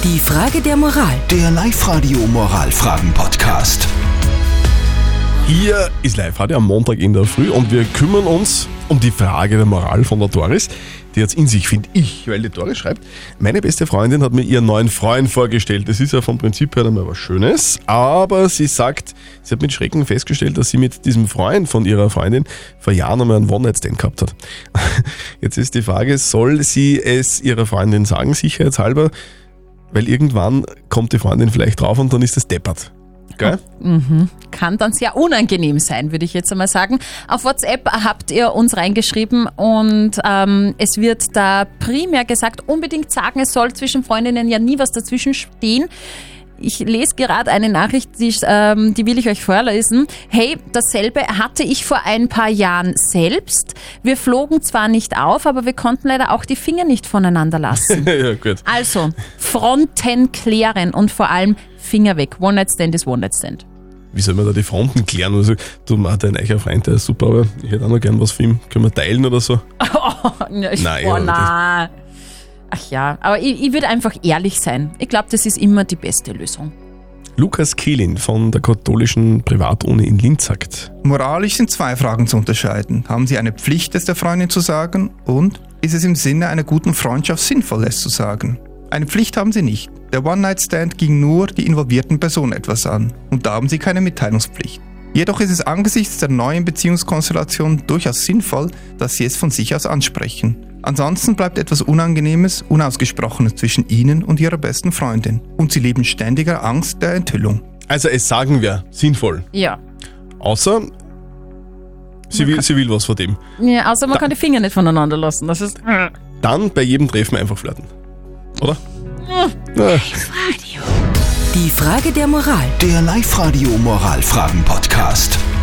Die Frage der Moral. Der Live-Radio-Moralfragen-Podcast. Hier ist Live-Radio am Montag in der Früh und wir kümmern uns um die Frage der Moral von der Doris. Die hat es in sich, finde ich, weil die Doris schreibt, meine beste Freundin hat mir ihren neuen Freund vorgestellt. Das ist ja vom Prinzip her einmal was Schönes, aber sie sagt, sie hat mit Schrecken festgestellt, dass sie mit diesem Freund von ihrer Freundin vor Jahren einmal einen One-Night-Stand gehabt hat. Jetzt ist die Frage, soll sie es ihrer Freundin sagen, sicherheitshalber, weil irgendwann kommt die Freundin vielleicht drauf und dann ist das deppert. Gell? Kann dann sehr unangenehm sein, würde ich jetzt einmal sagen. Auf WhatsApp habt ihr uns reingeschrieben und es wird da primär gesagt, unbedingt sagen, es soll zwischen Freundinnen ja nie was dazwischen stehen. Ich lese gerade eine Nachricht, die will ich euch vorlesen. Hey, dasselbe hatte ich vor ein paar Jahren selbst. Wir flogen zwar nicht auf, aber wir konnten leider auch die Finger nicht voneinander lassen. Ja, gut. Also, Fronten klären und vor allem Finger weg. One-Night-Stand ist One-Night-Stand. Wie soll man da die Fronten klären? Also, du, dein eicher Freund, der ist super, aber ich hätte auch noch gern was für ihn. Können wir teilen oder so? Nein. Ach ja, aber ich würde einfach ehrlich sein. Ich glaube, das ist immer die beste Lösung. Lukas Kehlin von der katholischen Privatuni in Linz sagt, Moralisch sind zwei Fragen zu unterscheiden. Haben Sie eine Pflicht, es der Freundin zu sagen? Und ist es im Sinne einer guten Freundschaft sinnvoll, es zu sagen? Eine Pflicht haben Sie nicht. Der One-Night-Stand ging nur die involvierten Personen etwas an. Und da haben Sie keine Mitteilungspflicht. Jedoch ist es angesichts der neuen Beziehungskonstellation durchaus sinnvoll, dass Sie es von sich aus ansprechen. Ansonsten bleibt etwas Unangenehmes, Unausgesprochenes zwischen Ihnen und Ihrer besten Freundin. Und Sie leben ständiger Angst der Enthüllung. also es sagen wir, sinnvoll. Ja. Außer, sie will was von dem. Ja, außer man kann die Finger nicht voneinander lassen. Das ist. Dann bei jedem Treffen einfach flirten. Oder? Die Frage der Moral. Der Live-Radio-Moralfragen-Podcast.